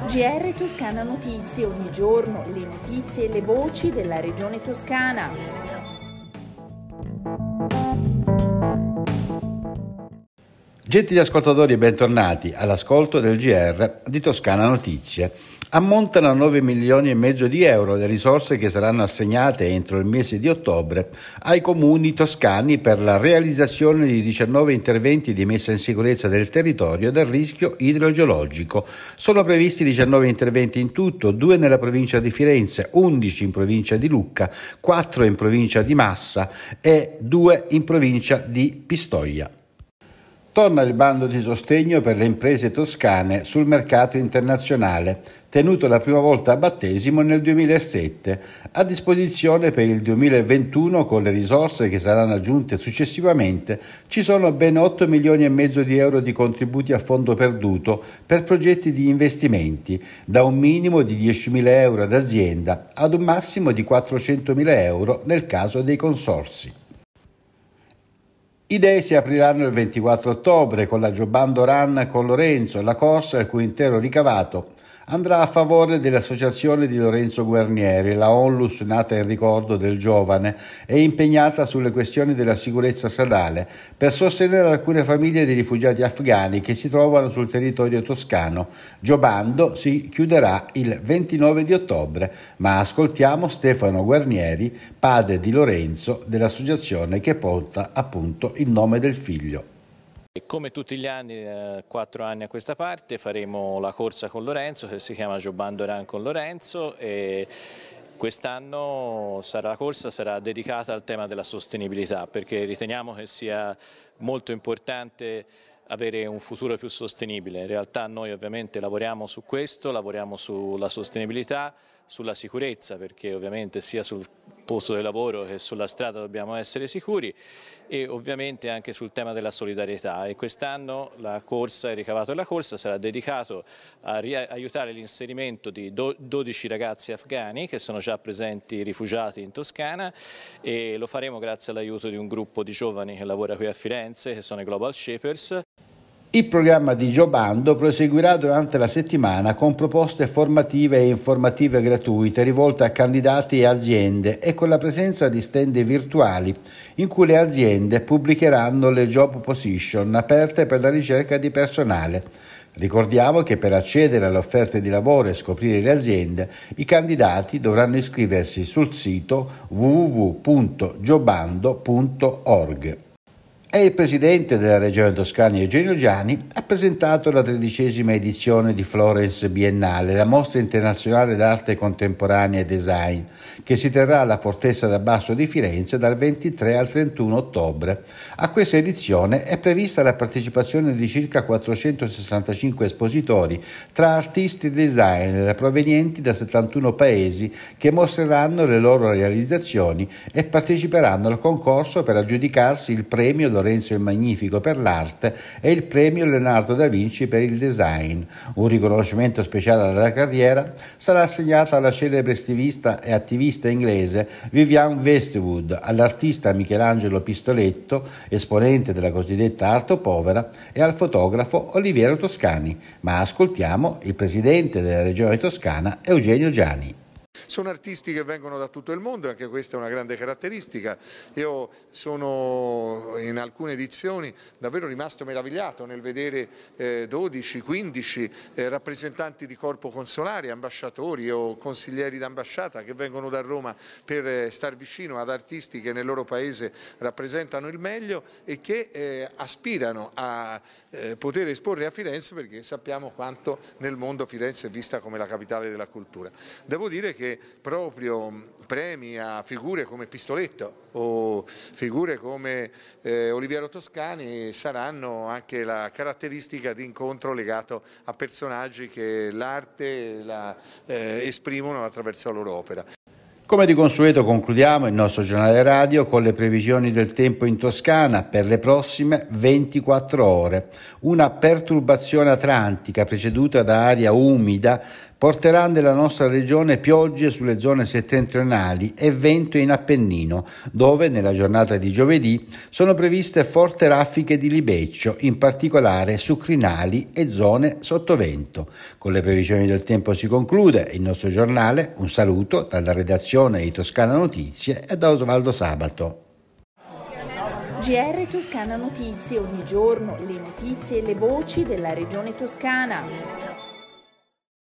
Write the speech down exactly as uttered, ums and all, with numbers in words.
G R Toscana Notizie, ogni giorno le notizie e le voci della regione toscana. Gentili ascoltatori e bentornati all'ascolto del G R di Toscana Notizie. Ammontano a nove milioni e mezzo di euro le risorse che saranno assegnate entro il mese di ottobre ai comuni toscani per la realizzazione di diciannove interventi di messa in sicurezza del territorio dal rischio idrogeologico. Sono previsti diciannove interventi in tutto, due nella provincia di Firenze, undici in provincia di Lucca, quattro in provincia di Massa e due in provincia di Pistoia. Torna il bando di sostegno per le imprese toscane sul mercato internazionale, tenuto la prima volta a battesimo nel duemilasette, a disposizione per il duemilaventuno con le risorse che saranno aggiunte successivamente. Ci sono ben otto milioni e mezzo di euro di contributi a fondo perduto per progetti di investimenti, da un minimo di diecimila euro ad azienda ad un massimo di quattrocentomila euro nel caso dei consorzi. I Dei si apriranno il ventiquattro ottobre con la Giobando Run con Lorenzo, la corsa il cui intero ricavato andrà a favore dell'associazione di Lorenzo Guarnieri, la Onlus nata in ricordo del giovane e impegnata sulle questioni della sicurezza stradale, per sostenere alcune famiglie di rifugiati afghani che si trovano sul territorio toscano. Giobando si chiuderà il ventinove di ottobre, ma ascoltiamo Stefano Guarnieri, padre di Lorenzo, dell'associazione che porta appunto il nome del figlio. Come tutti gli anni, eh, quattro anni a questa parte, faremo la corsa con Lorenzo che si chiama Giobando Run con Lorenzo e quest'anno sarà, la corsa sarà dedicata al tema della sostenibilità, perché riteniamo che sia molto importante avere un futuro più sostenibile. In realtà noi ovviamente lavoriamo su questo, lavoriamo sulla sostenibilità, sulla sicurezza, perché ovviamente sia sul posto di lavoro che sulla strada dobbiamo essere sicuri, e ovviamente anche sul tema della solidarietà. E quest'anno la corsa, il ricavato della corsa sarà dedicato a aiutare l'inserimento di dodici ragazzi afghani che sono già presenti rifugiati in Toscana, e lo faremo grazie all'aiuto di un gruppo di giovani che lavora qui a Firenze, che sono i Global Shapers. Il programma di Giobando proseguirà durante la settimana con proposte formative e informative gratuite rivolte a candidati e aziende e con la presenza di stand virtuali in cui le aziende pubblicheranno le job position aperte per la ricerca di personale. Ricordiamo che per accedere alle offerte di lavoro e scoprire le aziende, i candidati dovranno iscriversi sul sito w w w punto giobando punto org. E il presidente della Regione Toscana, Eugenio Giani, ha presentato la tredicesima edizione di Florence Biennale, la mostra internazionale d'arte contemporanea e design, che si terrà alla Fortezza d'Abbasso di Firenze dal ventitré al trentuno ottobre. A questa edizione è prevista la partecipazione di circa quattrocentosessantacinque espositori, tra artisti e designer provenienti da settantuno paesi, che mostreranno le loro realizzazioni e parteciperanno al concorso per aggiudicarsi il premio Lorenzo il Magnifico per l'arte e il premio Leonardo da Vinci per il design. Un riconoscimento speciale alla carriera sarà assegnato alla celebre stilista e attivista inglese Vivienne Westwood, all'artista Michelangelo Pistoletto, esponente della cosiddetta arte povera, e al fotografo Oliviero Toscani. Ma ascoltiamo il presidente della Regione Toscana, Eugenio Giani. Sono artisti che vengono da tutto il mondo, anche questa è una grande caratteristica. Io sono in alcune edizioni davvero rimasto meravigliato nel vedere eh, dodici quindici eh, rappresentanti di corpo consolari, ambasciatori o consiglieri d'ambasciata che vengono da Roma per eh, star vicino ad artisti che nel loro paese rappresentano il meglio e che eh, aspirano a eh, poter esporre a Firenze, perché sappiamo quanto nel mondo Firenze è vista come la capitale della cultura. Devo dire che proprio premi a figure come Pistoletto o figure come eh, Oliviero Toscani saranno anche la caratteristica di incontro legato a personaggi che l'arte la eh, esprimono attraverso la loro opera. Come di consueto concludiamo il nostro giornale radio con le previsioni del tempo in Toscana per le prossime ventiquattro ore. Una perturbazione atlantica preceduta da aria umida porterà nella nostra regione piogge sulle zone settentrionali e vento in Appennino, dove nella giornata di giovedì sono previste forti raffiche di libeccio, in particolare su crinali e zone sottovento. Con le previsioni del tempo si conclude il nostro giornale. Un saluto dalla redazione di Toscana Notizie e da Osvaldo Sabato. G R Toscana Notizie, ogni giorno le notizie e le voci della regione toscana.